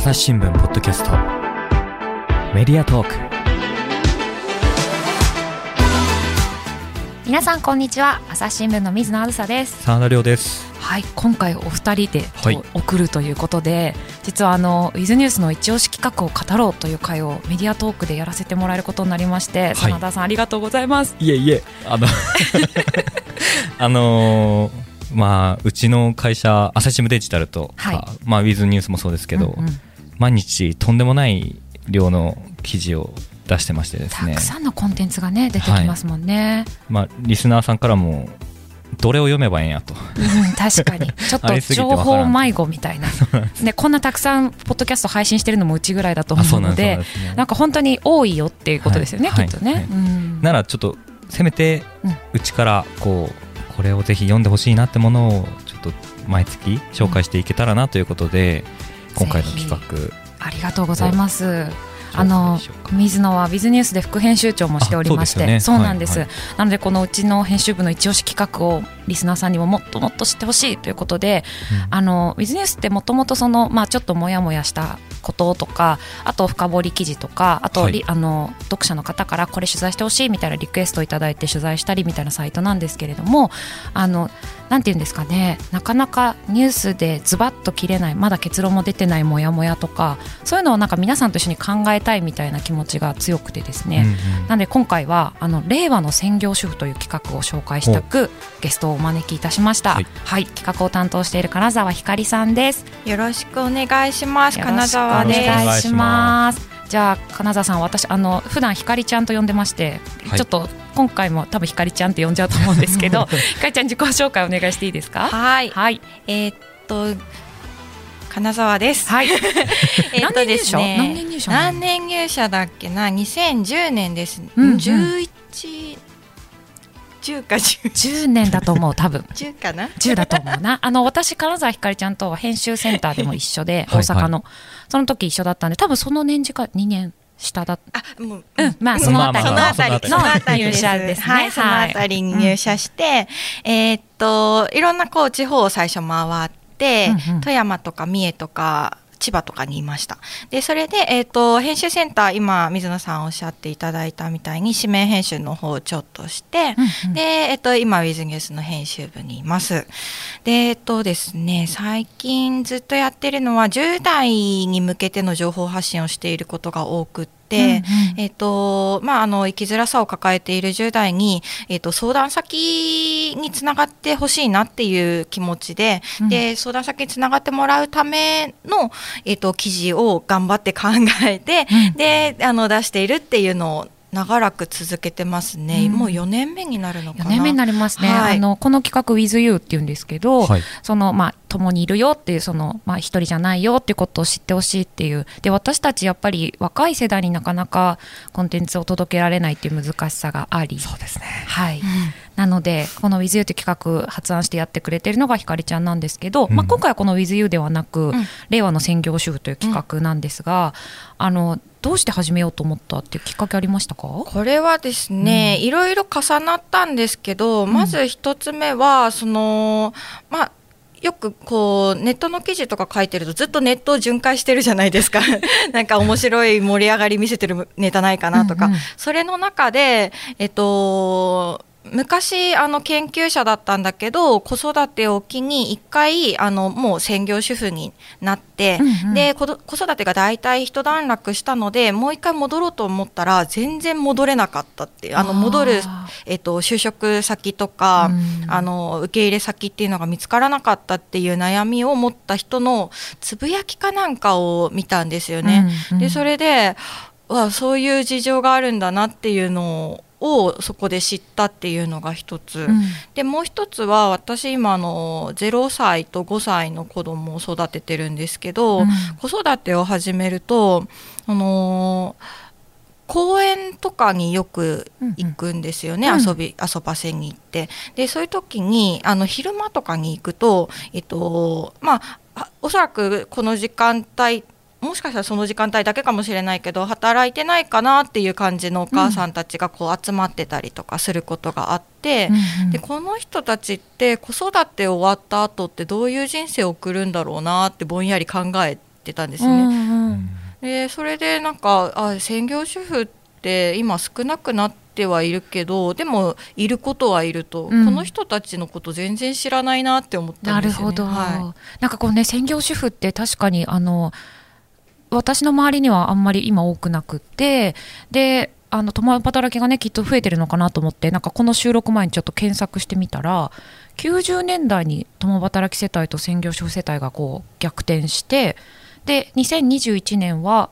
朝日新聞ポッドキャストメディアトーク。 皆さんこんにちは。朝日新聞の水野あずさです。 澤田亮です。 はい、今回お二人ではい送るということで、実はウィズニュースの一押し企画を語ろうという会をメディアトークでやらせてもらえることになりまして、真田さんありがとうございます。 いえいえ、うちの会社朝日新聞デジタルとか、ウィズニュースもそうですけど、毎日とんでもない量の記事を出してましてですね、 たくさんのコンテンツがね出てきますもんね。 リスナーさんからもどれを読めばいいんやと、 確かにちょっと情報迷子みたいなね、こんなたくさんポッドキャスト配信してるのもうちぐらいだと思うので、なんか本当に多いよっていうことですよね、きっとね。 ならちょっとせめてうちからこれをぜひ読んでほしいなってものをちょっと毎月紹介していけたらなということで、今回の企画ありがとうございます。水野はビズニュースで副編集長もしておりまして、そうなんです。なのでこのうちの編集部の一押し企画をリスナーさんにももっともっと知ってほしいということで、ビズニュースってもともとちょっともやもやしたこととか、あと深掘り記事とか、あと読者の方からこれ取材してほしいみたいなリクエストをいただいて取材したりみたいなサイトなんですけれども、なんていうんですかね、なかなかニュースでズバッと切れない、まだ結論も出てないモヤモヤとか、そういうのをなんか皆さんと一緒に考えたいみたいな気持ちが強くてですね、なので今回は令和の専業主婦という企画を紹介したくゲストをお招きいたしました。企画を担当している金沢ひかりさんです。 よろしくお願いします。金沢です。 お願いします。じゃあ金沢さん、私普段ひかりちゃんと呼んでまして、ちょっと今回も多分ひかりちゃんって呼んじゃうと思うんですけどひかりちゃん自己紹介お願いしていいですか？ はい、金沢です。 何年入社だっけな、2010年です。10 年だと思う、多分 10かな 10だと思うな。私金沢ひかりちゃんとは編集センターでも一緒で大阪のその時一緒だったんで、多分その年次が2年下だった。そのあたりの入社ですね。 はい、そのあたりに入社して、いろんな地方を最初回って、富山とか三重とか千葉とかにいました。でそれで、編集センター、今水野さんおっしゃっていただいたみたいに紙面編集の方をちょっとして、で、今ウィズニュースの編集部にいます。でですね、最近ずっとやってるのは10代に向けての情報発信をしていることが多くて、生きづらさを抱えている10代に、相談先につながってほしいなっていう気持ちで、相談先につながってもらうための、記事を頑張って考えて、で出しているっていうのを長らく続けてますね。もう4年目になるのかな。 4年目になりますね。この企画 With You っていうんですけど、共にいるよっていう、一人じゃないよっていうことを知ってほしいっていう。で私たちやっぱり若い世代になかなかコンテンツを届けられないっていう難しさがあり、 そうですね、 なのでこの With You って企画発案してやってくれてるのがひかりちゃんなんですけど、今回はこの With You ではなく、令和の専業主婦という企画なんですが、どうして始めようと思ったっていうきっかけありましたか？ これはですね、いろいろ重なったんですけど、まず一つ目はよくネットの記事とか書いてるとずっとネットを巡回してるじゃないですかなんか面白い盛り上がり見せてるネタないかなとか、それの中で昔研究者だったんだけど、子育てを機に一回もう専業主婦になって、で子育てが大体一段落したので、もう一回戻ろうと思ったら全然戻れなかったっていう、戻る、就職先とか、受け入れ先っていうのが見つからなかったっていう悩みを持った人のつぶやきかなんかを見たんですよね。でそれでそういう事情があるんだなっていうのをそこで知ったっていうのが一つ、でもう一つは私今0歳と5歳の子供を育ててるんですけど、子育てを始めると公園とかによく行くんですよね、遊ばせに行って。でそういう時に昼間とかに行くと、おそらくこの時間帯、もしかしたらその時間帯だけかもしれないけど働いてないかなっていう感じのお母さんたちが集まってたりとかすることがあって、でこの人たちって子育て終わった後ってどういう人生を送るんだろうなってぼんやり考えってたんですよね。でそれでなんか専業主婦って今少なくなってはいるけど、でもいることはいると、この人たちのこと全然知らないなって思ったんですよね。 なるほど、なんかこうね、専業主婦って確かに私の周りにはあんまり今多くなくって、で共働きがねきっと増えてるのかなと思って、なんかこの収録前にちょっと検索してみたら、90年代に共働き世帯と専業主婦世帯がこう逆転して、で2021年は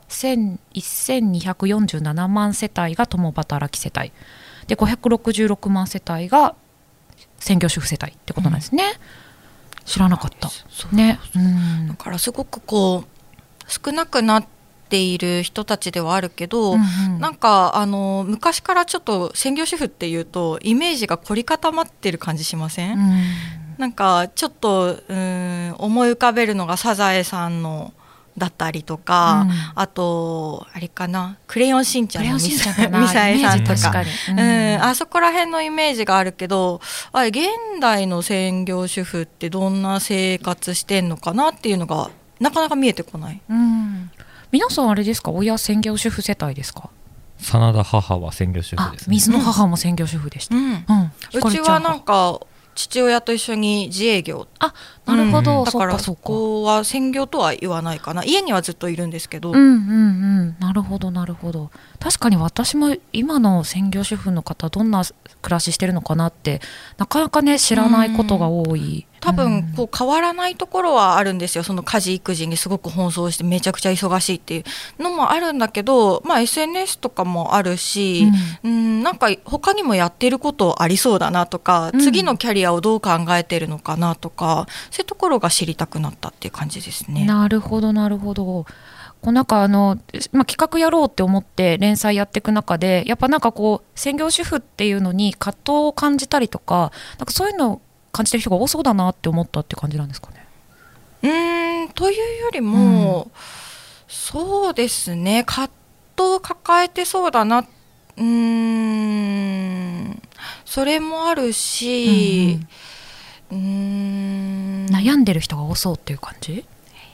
1247万世帯が共働き世帯で、566万世帯が専業主婦世帯ってことなんですね。知らなかったね。 だからすごくこう少なくなっている人たちではあるけど、なんか昔からちょっと専業主婦っていうとイメージが凝り固まってる感じしません？なんかちょっと思い浮かべるのがサザエさんのだったりとか、あとあれかな、クレヨンしんちゃんのミサエさんとか、あそこら辺のイメージがあるけど、現代の専業主婦ってどんな生活してんのかなっていうのがなかなか見えてこない。 皆さんあれですか、親専業主婦世帯ですか？ 真田母は専業主婦ですね。 水の母も専業主婦でした。 うちはなんか父親と一緒に自営業。 なるほど、 だからそこは専業とは言わないかな。家にはずっといるんですけど。 なるほどなるほど。確かに私も今の専業主婦の方どんな暮らししてるのかなってなかなかね知らないことが多い。 多分こう変わらないところはあるんですよ。その家事育児にすごく奔走してめちゃくちゃ忙しいっていうのもあるんだけど、SNS とかもあるし、なんか他にもやってることありそうだなとか、次のキャリアをどう考えてるのかなとか、そういうところが知りたくなったっていう感じですね。 なるほどなるほど。こうなんか企画やろうって思って連載やっていく中で、やっぱなんかこう専業主婦っていうのに葛藤を感じたりとか、なんかそういうのを感じてる人が多そうだなって思ったって感じなんですかね。 というよりも、そうですね、葛藤を抱えてそうだな、それもあるし、 悩んでる人が多そうっていう感じ？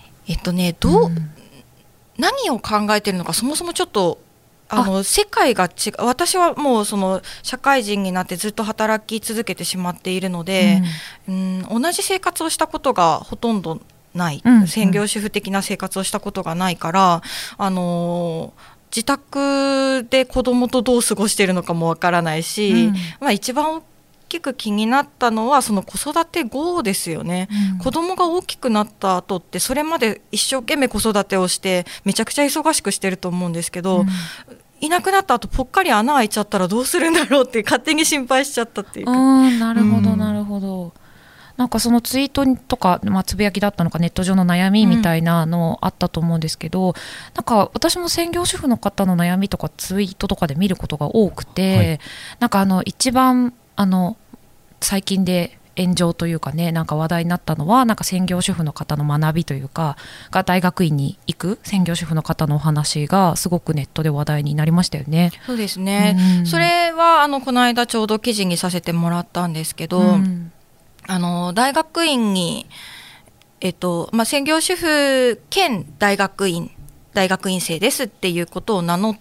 何を考えてるのかそもそもちょっと世界が違う。私はもうその社会人になってずっと働き続けてしまっているので、同じ生活をしたことがほとんどない、専業主婦的な生活をしたことがないから、自宅で子供とどう過ごしているのかもわからないし、一番大きく気になったのはその子育て後ですよね。子供が大きくなった後ってそれまで一生懸命子育てをしてめちゃくちゃ忙しくしてると思うんですけど、いなくなった後ぽっかり穴開いちゃったらどうするんだろうって勝手に心配しちゃったっていうか。 なるほどなるほど。なんかそのツイートとか、つぶやきだったのかネット上の悩みみたいなのあったと思うんですけど、なんか私も専業主婦の方の悩みとかツイートとかで見ることが多くて、なんか一番最近で炎上というかね、なんか話題になったのはなんか専業主婦の方の学びというかが大学院に行く専業主婦の方のお話がすごくネットで話題になりましたよね。 そうですね、それはこの間ちょうど記事にさせてもらったんですけど、大学院に、専業主婦兼大学院生ですっていうことを名乗って、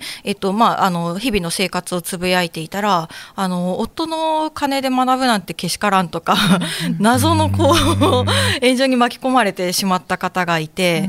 日々の生活をつぶやいていたら、夫の金で学ぶなんてけしからんとか謎のこう炎上に巻き込まれてしまった方がいて、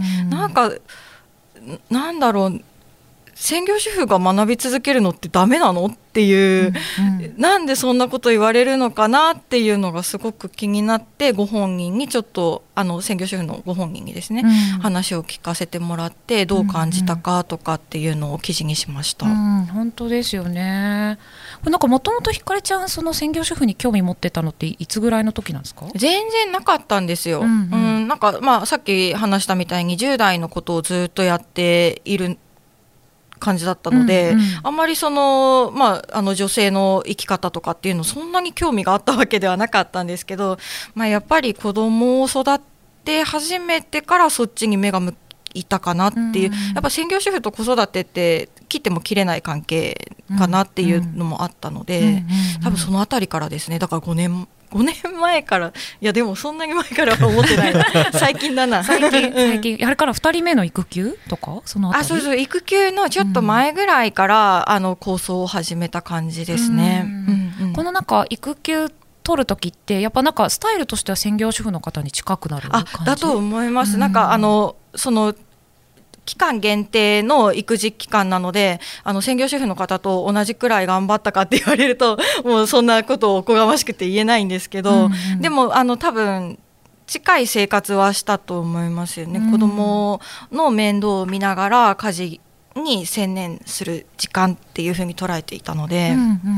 なんだろう、専業主婦が学び続けるのってダメなのっていう、なんでそんなこと言われるのかなっていうのがすごく気になって、ご本人にちょっと専業主婦のご本人にですね、話を聞かせてもらってどう感じたかとかっていうのを記事にしました。 本当ですよね。なんかもともとひかりちゃんその専業主婦に興味持ってたのっていつぐらいの時なんですか？ 全然なかったんですよ。なんかさっき話したみたいに10代のことをずっとやっている感じだったので、あんまりその、女性の生き方とかっていうのそんなに興味があったわけではなかったんですけど、やっぱり子供を育て始めてからそっちに目が向いたかなっていう、やっぱ専業主婦と子育てって切っても切れない関係かなっていうのもあったので、多分そのあたりからですね。だから5年 5年前からいやでもそんなに前からは思ってない最近だな最近あれから2人目の育休とかそのあたりそう育休のちょっと前ぐらいから、構想を始めた感じですね。 このなんか育休取る時ってやっぱなんかスタイルとしては専業主婦の方に近くなる感じだと思います。なんかその期間限定の育児期間なので専業主婦の方と同じくらい頑張ったかって言われるともうそんなことをおこがましくて言えないんですけど、でも多分近い生活はしたと思いますよね。子供の面倒を見ながら家事に専念する時間っていう風に捉えていたので、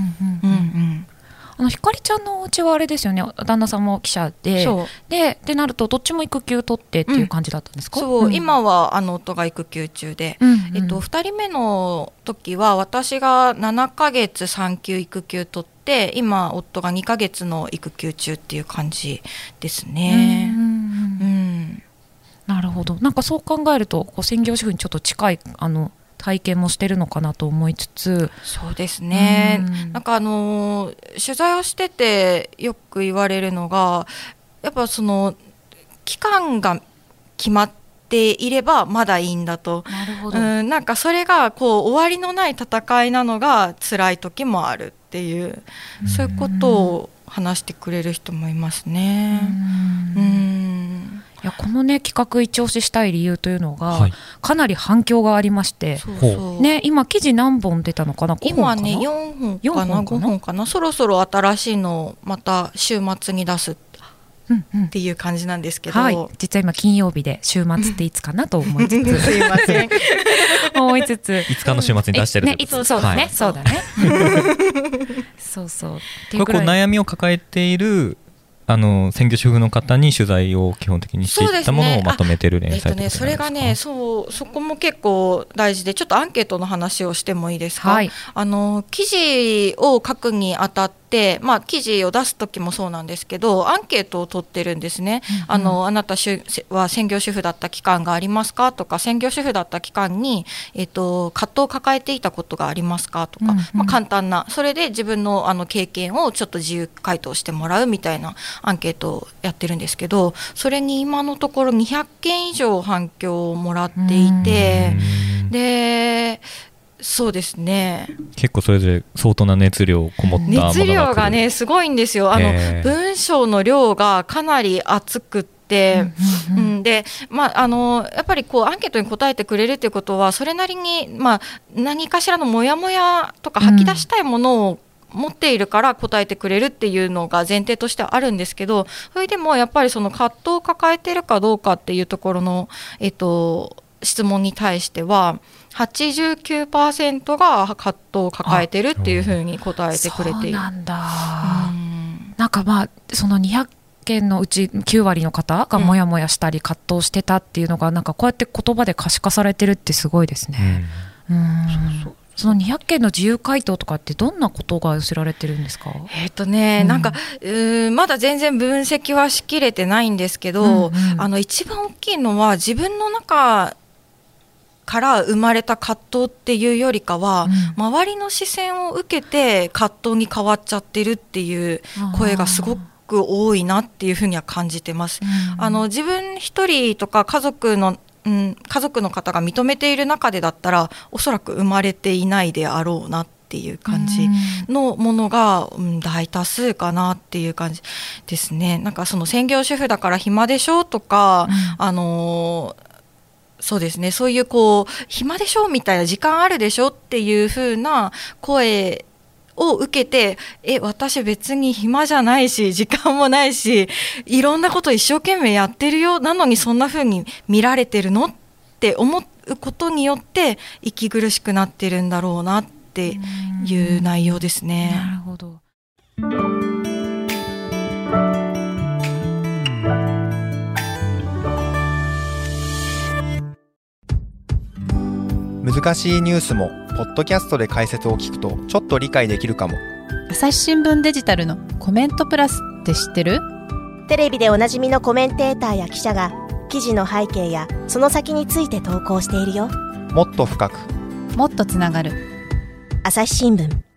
ひかりちゃんのお家はあれですよね、旦那さんも記者でってなるとどっちも育休取ってっていう感じだったんですか？ そう、今は夫が育休中で、2人目の時は私が7ヶ月産休育休取って今夫が2ヶ月の育休中っていう感じですね。 なるほど。なんかそう考えると専業主婦にちょっと近い体験もしてるのかなと思いつつ。 そうですね、なんか取材をしててよく言われるのがやっぱその期間が決まっていればまだいいんだと。 なるほど。 なんかそれがこう終わりのない戦いなのが辛い時もあるっていうそういうことを話してくれる人もいますね。 いやこのね企画一押ししたい理由というのが、かなり反響がありまして、ね、今記事何本出たのかな？5本かな？ 今ね4本かな5本かな。そろそろ新しいのをまた週末に出すっていう感じなんですけど、 実は今金曜日で週末っていつかなと思いつつすいません思いつつ 5日の週末に出してるってことですか？ そうだねそうそうっていうこれ悩みを抱えている専業主婦の方に取材を基本的にしていったものをまとめてる連載ってことなんですか？ それがねそこも結構大事でちょっとアンケートの話をしてもいいですか？記事を書くにあたって、記事を出す時もそうなんですけどアンケートを取ってるんですね。あなたは専業主婦だった期間がありますかとか専業主婦だった期間に、葛藤を抱えていたことがありますかとか、簡単なそれで自分の経験をちょっと自由回答してもらうみたいなアンケートをやってるんですけど、それに今のところ200件以上反響をもらっていて、でそうですね結構それぞれ相当な熱量こもったものが熱量がねすごいんですよ。文章の量がかなり厚くってで、やっぱりこうアンケートに答えてくれるということはそれなりに、何かしらのモヤモヤとか吐き出したいものを持っているから答えてくれるっていうのが前提としてはあるんですけど、それでもやっぱりその葛藤を抱えているかどうかっていうところの、質問に対しては89% が葛藤を抱えてるっていうふうに答えてくれている。 そうなんだ。なんかその200件のうち9割の方がモヤモヤしたり葛藤してたっていうのがなんかこうやって言葉で可視化されてるってすごいですね。その200件の自由回答とかってどんなことが寄せられてるんですか？ なんかまだ全然分析はしきれてないんですけど、一番大きいのは自分の中から生まれた葛藤っていうよりかは、周りの視線を受けて葛藤に変わっちゃってるっていう声がすごく多いなっていうふうには感じてます。自分一人とか家族の方が認めている中でだったらおそらく生まれていないであろうなっていう感じのものが、大多数かなっていう感じですね。なんかその専業主婦だから暇でしょとか、そうですね、そういうこう暇でしょみたいな時間あるでしょっていう風な声を受けて私別に暇じゃないし時間もないしいろんなこと一生懸命やってるよなのにそんな風に見られてるのって思うことによって息苦しくなってるんだろうなっていう内容ですね。 なるほど。 難しいニュースもポッドキャストで解説を聞くとちょっと理解できるかも。 朝日新聞デジタルのコメントプラスって知ってる？ テレビでおなじみのコメンテーターや記者が記事の背景やその先について投稿しているよ。 もっと深くもっとつながる朝日新聞。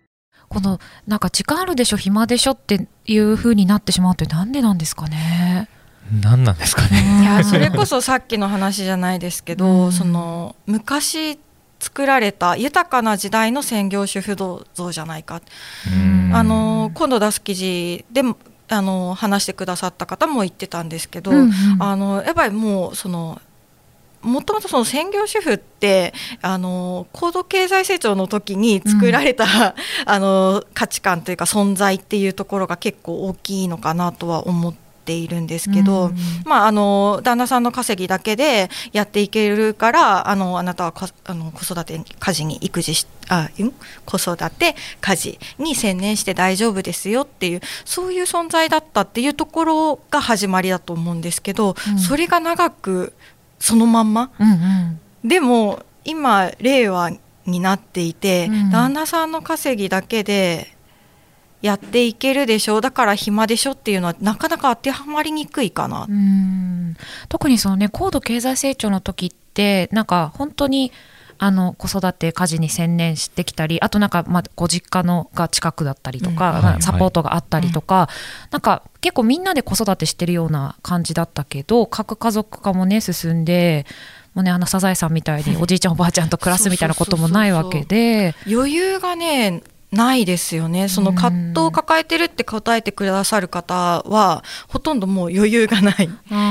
このなんか時間あるでしょ暇でしょっていう風になってしまうってなんでなんですかね。 何なんですかね。 いやそれこそさっきの話じゃないですけど、その昔作られた豊かな時代の専業主婦像じゃないか。今度出す記事でも話してくださった方も言ってたんですけど、やっぱりもうもともとその専業主婦って高度経済成長の時に作られた、価値観というか存在っていうところが結構大きいのかなとは思っているんですけど、旦那さんの稼ぎだけでやっていけるからあなたは子育て家事に育児子育て家事に専念して大丈夫ですよっていうそういう存在だったっていうところが始まりだと思うんですけど、それが長くそのまんま、でも今令和になっていて、旦那さんの稼ぎだけでやっていけるでしょう、だから暇でしょっていうのはなかなか当てはまりにくいかな。 特にそのね高度経済成長の時ってなんか本当に子育て家事に専念してきたり、あとなんかご実家のが近くだったりとか、サポートがあったりとか、なんか結構みんなで子育てしてるような感じだったけど、核家族化もね進んでもうねサザエさんみたいにおじいちゃんおばあちゃんと暮らすみたいなこともないわけで、 余裕がねないですよね。その葛藤を抱えてるって答えてくださる方はほとんどもう余裕がない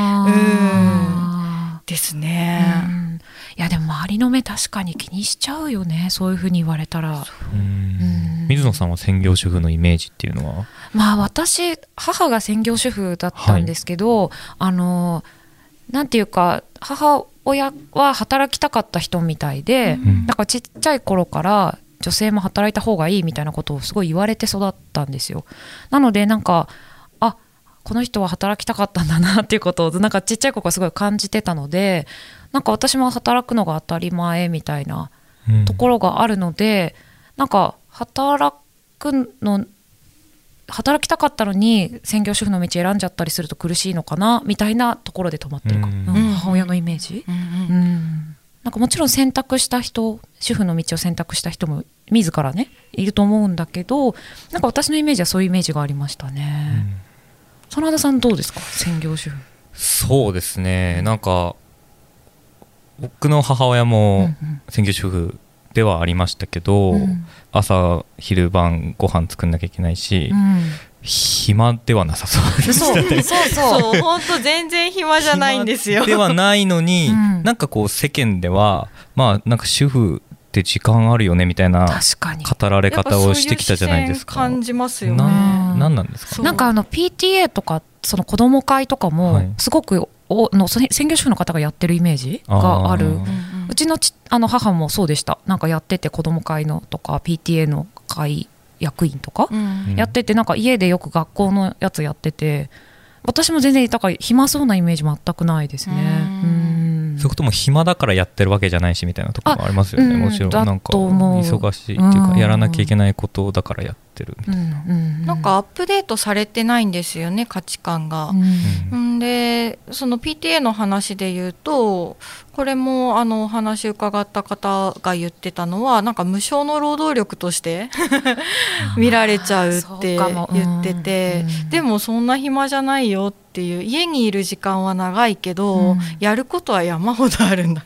ですね。 いやでも周りの目確かに気にしちゃうよね、そういうふうに言われたら。 水野さんは専業主婦のイメージっていうのは？ 私母が専業主婦だったんですけど、なんていうか母親は働きたかった人みたいで、なんかちっちゃい頃から女性も働いた方がいいみたいなことをすごい言われて育ったんですよ。なのでなんかこの人は働きたかったんだなっていうことをなんかちっちゃい頃からすごい感じてたので、なんか私も働くのが当たり前みたいなところがあるので、なんか働きたかったのに専業主婦の道選んじゃったりすると苦しいのかなみたいなところで止まってるか、母親のイメージ、なんかもちろん選択した人、主婦の道を選択した人も自らねいると思うんだけど、なんか私のイメージはそういうイメージがありましたね。真田さんどうですか、専業主婦？ そうですね、なんか僕の母親も専業主婦ではありましたけど、朝昼晩ご飯作んなきゃいけないし、暇ではなさそうですね。 そう本当全然暇じゃないんですよ。 暇ではないのに、なんかこう世間ではなんか主婦って時間あるよねみたいな語られ方をしてきたじゃないですか。 感じますよね。 何なんですか？ なんかPTA とかその子ども会とかもすごく専業主婦の方がやってるイメージがある。うちの母もそうでした。なんかやってて子ども会のとか PTA の会役員とかやってて、なんか家でよく学校のやつやってて、私も全然だから暇そうなイメージ全くないですね。 そういうことも暇だからやってるわけじゃないしみたいなところもありますよね。もちろんなんか忙しいっていうか、やらなきゃいけないことだからやってるみたいな、 なんかアップデートされてないんですよね、価値観が。でその PTA の話で言うと、これもお話伺った方が言ってたのは、なんか無償の労働力として見られちゃうって言ってて、でもそんな暇じゃないよっていう、家にいる時間は長いけど、やることは山ほどあるんだ。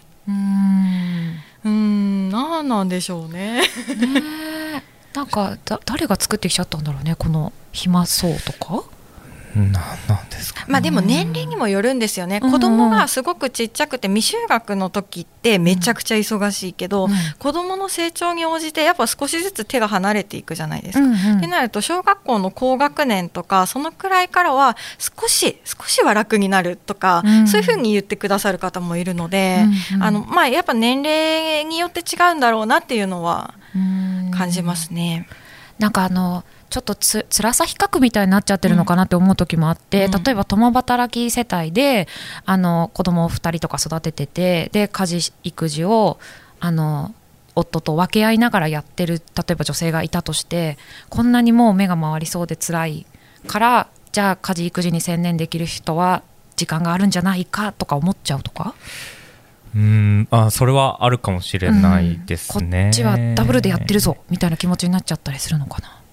何なんでしょうね。 なんか誰が作ってきちゃったんだろうね、この暇そうとか。 なんですか？ でも年齢にもよるんですよね。子供がすごくちっちゃくて未就学の時ってめちゃくちゃ忙しいけど、子供の成長に応じてやっぱ少しずつ手が離れていくじゃないですか。ってなると小学校の高学年とかそのくらいからは少しは楽になるとか、そういうふうに言ってくださる方もいるので、やっぱ年齢によって違うんだろうなっていうのは感じますね。 なんかちょっと辛さ比較みたいになっちゃってるのかなって思う時もあって、例えば共働き世帯で子供を2人とか育ててて、で家事育児を夫と分け合いながらやってる例えば女性がいたとして、こんなにもう目が回りそうで辛いから、じゃあ家事育児に専念できる人は時間があるんじゃないかとか思っちゃうとか。 それはあるかもしれないですね。 こっちはダブルでやってるぞみたいな気持ちになっちゃったりするのかな。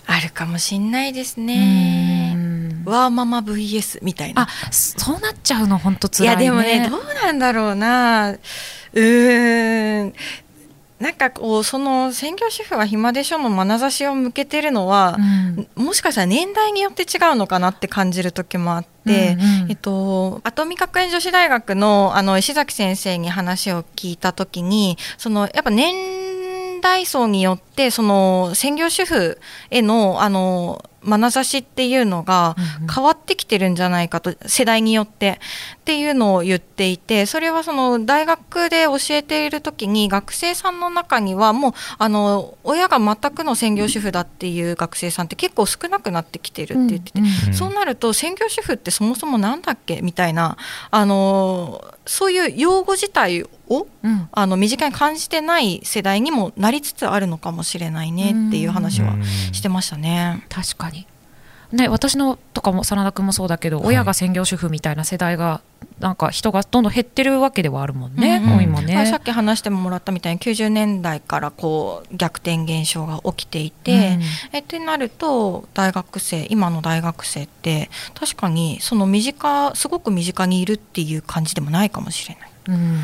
あるかもしんないですね。ワーママ VS みたいな。 そうなっちゃうの本当辛いね。 いやでもね、どうなんだろうな。なんかこうその専業主婦は暇でしょの眼差しを向けてるのは、もしかしたら年代によって違うのかなって感じる時もあって、跡見学園女子大学の石崎先生に話を聞いた時に、そのやっぱ年代層によってその専業主婦への眼差しっていうのが変わってきてるんじゃないかと、世代によってっていうのを言っていて、それはその大学で教えている時に学生さんの中にはもう親が全くの専業主婦だっていう学生さんって結構少なくなってきてるって言ってて、そうなると専業主婦ってそもそもなんだっけみたいなそういう用語自体を身近に感じてない世代にもなりつつあるのかもしれないねっていう話はしてましたね。 確かにね、私のとかも真田君もそうだけど、親が専業主婦みたいな世代がなんか人がどんどん減ってるわけではあるもんね、今ね。 さっき話してもらったみたいに90年代からこう逆転現象が起きていて、ってなると今の大学生って確かにそのすごく身近にいるっていう感じでもないかもしれない。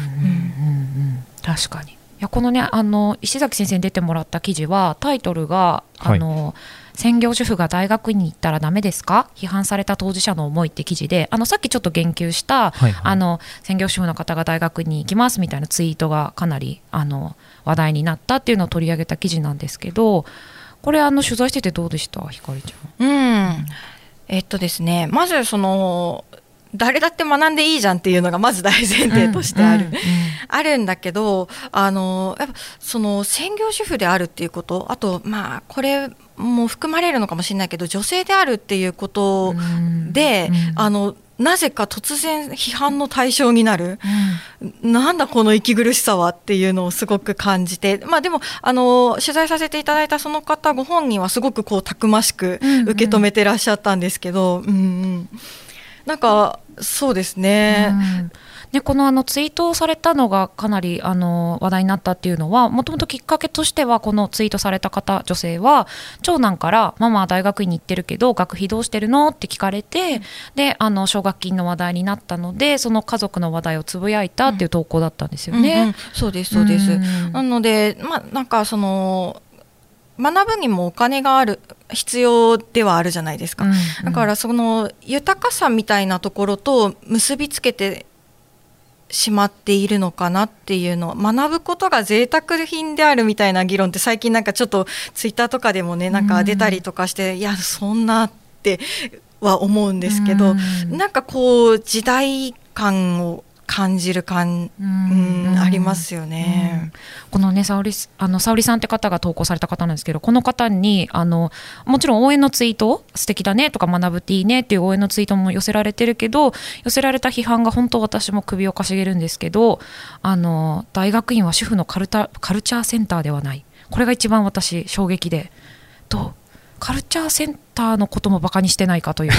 確かに。いやこのね石崎先生に出てもらった記事はタイトルが専業主婦が大学院に行ったらダメですか、批判された当事者の思いって記事で、さっきちょっと言及した、専業主婦の方が大学に行きますみたいなツイートがかなり話題になったっていうのを取り上げた記事なんですけど、これ取材しててどうでした、ひかりちゃん。 ですね、まずその誰だって学んでいいじゃんっていうのがまず大前提としてあるんだけど、やっぱその専業主婦であるっていうこと、あとこれも含まれるのかもしれないけど女性であるっていうことで、なぜか突然批判の対象になる、なんだこの息苦しさはっていうのをすごく感じて、でも取材させていただいたその方ご本人はすごくこうたくましく受け止めてらっしゃったんですけど、なんかそうですね。 このツイートをされたのがかなり話題になったっていうのは、もともときっかけとしてはこのツイートされた女性は長男からママは大学院に行ってるけど学費どうしてるのって聞かれて、で奨学金の話題になったのでその家族の話題をつぶやいたっていう投稿だったんですよね。 そうですそうです。なのでなんかその学ぶにもお金が必要ではあるじゃないですか。だからその豊かさみたいなところと結びつけてしまっているのかなっていうのを、学ぶことが贅沢品であるみたいな議論って最近なんかちょっとツイッターとかでもねなんか出たりとかして、いやそんなっては思うんですけど、なんかこう時代感を感じるありますよね。 このね沙織さんって方が投稿された方なんですけど、この方にもちろん応援のツイート素敵だねとか学ぶっていいねっていう応援のツイートも寄せられてるけど、寄せられた批判が本当私も首をかしげるんですけど、大学院は主婦のカルチャーセンターではない、これが一番私衝撃で、カルチャーセンターのこともバカにしてないかというか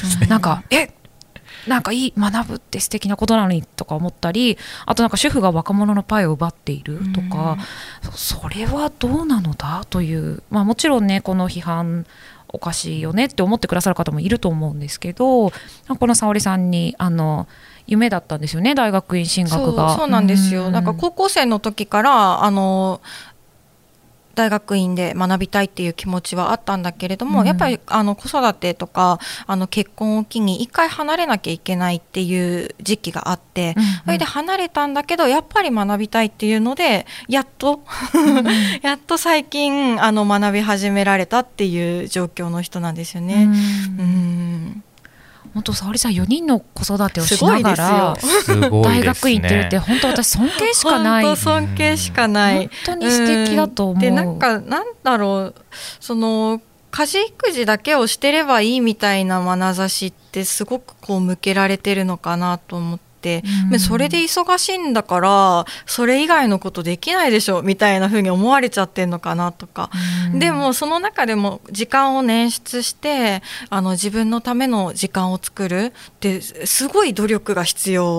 なんか学ぶって素敵なことなのにとか思ったり、あとなんか主婦が若者のパイを奪っているとか、それはどうなのだという、もちろんねこの批判おかしいよねって思ってくださる方もいると思うんですけど、この沙織さんに夢だったんですよね、大学院進学が。 そうなんですよ。なんか高校生の時から大学院で学びたいっていう気持ちはあったんだけれども、やっぱり子育てとか結婚を機に一回離れなきゃいけないっていう時期があって、それで離れたんだけどやっぱり学びたいっていうのでやっと最近学び始められたっていう状況の人なんですよね。 本当沙織さん4人の子育てをしながら大学院行ってるって本当私尊敬しかない。 本当尊敬しかない。 本当に素敵だと思う。 でなんだろう、その家事育児だけをしてればいいみたいな眼差しってすごくこう向けられてるのかなと思って、それで忙しいんだからそれ以外のことできないでしょみたいな風に思われちゃってんのかなとか、でもその中でも時間を捻出して自分のための時間を作るってすごい努力が必要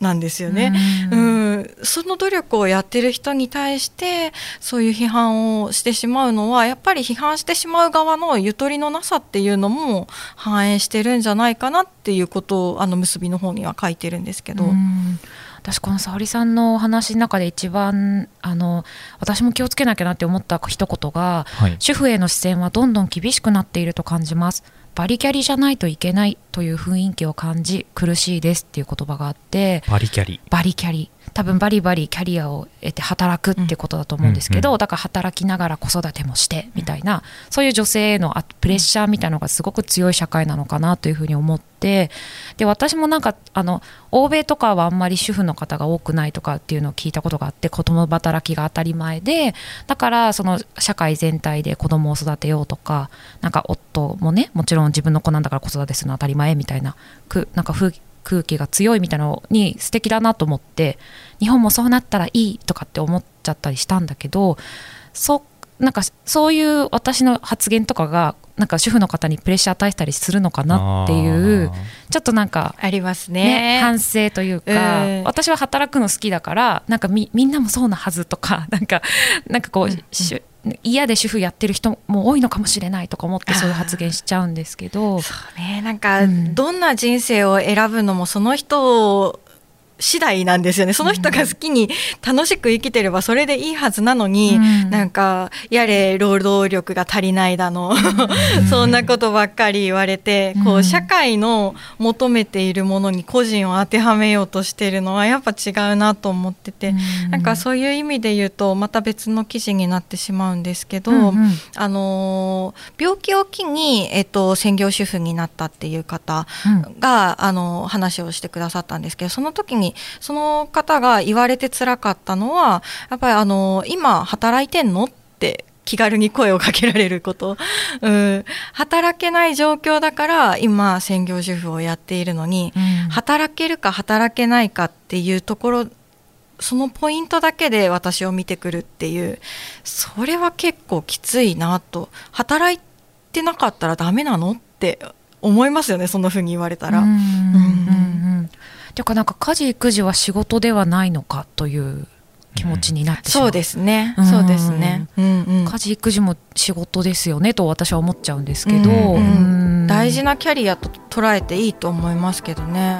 なんですよね。その努力をやってる人に対してそういう批判をしてしまうのはやっぱり批判してしまう側のゆとりのなさっていうのも反映してるんじゃないかなっていうことを結びの方には書いてるんですけど、 私この沙織さんのお話の中で一番私も気をつけなきゃなって思った一言が、主婦への視線はどんどん厳しくなっていると感じます。バリキャリじゃないといけないという雰囲気を感じ苦しいですっていう言葉があって、バリキャリ多分バリバリキャリアを得て働くっていうことだと思うんですけど、だから働きながら子育てもしてみたいな、そういう女性へのプレッシャーみたいなのがすごく強い社会なのかなというふうに思って、で私もなんか欧米とかはあんまり主婦の方が多くないとかっていうのを聞いたことがあって、子供働きが当たり前で、だからその社会全体で子供を育てようとか、なんか夫もねもちろん自分の子なんだから子育てするの当たり前みたいななんか空気が強いみたいなのに素敵だなと思って、日本もそうなったらいいとかって思っちゃったりしたんだけど、なんかそういう私の発言とかがなんか主婦の方にプレッシャー与えたりするのかなっていうちょっとなんかありますね、 反省というか、私は働くの好きだからなんかみんなもそうなはずとか、なんかこう、嫌で主婦やってる人も多いのかもしれないとか思ってそういう発言しちゃうんですけど、 そうね、なんかどんな人生を選ぶのもその人次第なんですよね。その人が好きに楽しく生きてればそれでいいはずなのに、なんかやれ労働力が足りないだのそんなことばっかり言われて、こう社会の求めているものに個人を当てはめようとしているのはやっぱ違うなと思ってて、なんかそういう意味で言うとまた別の記事になってしまうんですけど、病気を機に、専業主婦になったっていう方が、話をしてくださったんですけど、その時にその方が言われて辛かったのはやっぱり今働いてんのって気軽に声をかけられること、働けない状況だから今専業主婦をやっているのに、働けるか働けないかっていうところ、そのポイントだけで私を見てくるっていう、それは結構きついなと。働いてなかったらダメなのって思いますよね、そんな風に言われたら。 というか、なんか家事育児は仕事ではないのかという気持ちになってしまう。 そうですね、そうですね、 家事育児も仕事ですよねと私は思っちゃうんですけど、 大事なキャリアと捉えていいと思いますけどね。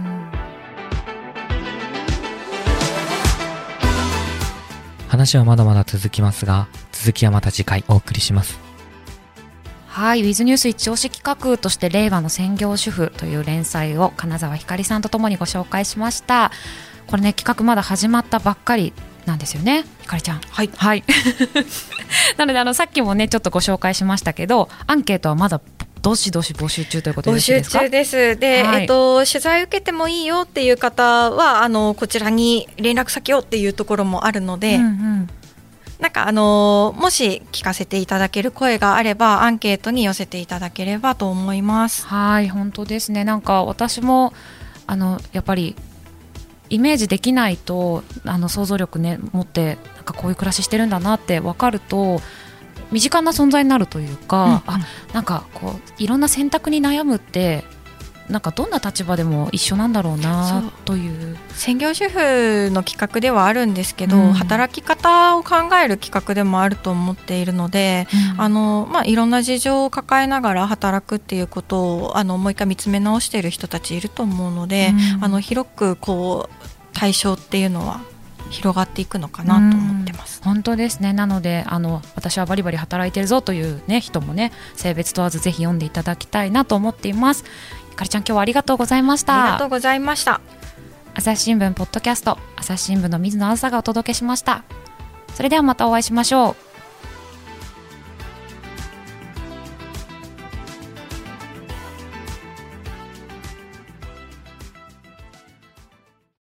話はまだまだ続きますが、続きはまた次回お送りします。 はい、ウィズニュース一押し企画として令和の専業主婦という連載を金沢ひかりさんとともにご紹介しました。これね、企画まだ始まったばっかりなんですよね、ひかりちゃん。 はい、 はい、なのでさっきもねちょっとご紹介しましたけど、アンケートはまだどしどし募集中ということでよろしいですか？ 募集中です。で、取材受けてもいいよっていう方はこちらに連絡先をっていうところもあるので、なんかもし聞かせていただける声があればアンケートに寄せていただければと思います。 はい、本当ですね。なんか私もやっぱりイメージできないと想像力ね持ってなんかこういう暮らししてるんだなって分かると身近な存在になるというか、なんかこういろんな選択に悩むってなんかどんな立場でも一緒なんだろうなという。 専業主婦の企画ではあるんですけど、働き方を考える企画でもあると思っているので、いろんな事情を抱えながら働くっていうことをもう一回見つめ直している人たちいると思うので、広くこう対象っていうのは広がっていくのかなと思ってます。 本当ですね。なので私はバリバリ働いてるぞという、ね、人もね性別問わずぜひ読んでいただきたいなと思っています。ひかりちゃん、今日はありがとうございました。 ありがとうございました。 朝日新聞ポッドキャスト、朝日新聞の水野あずさがお届けしました。それではまたお会いしましょう。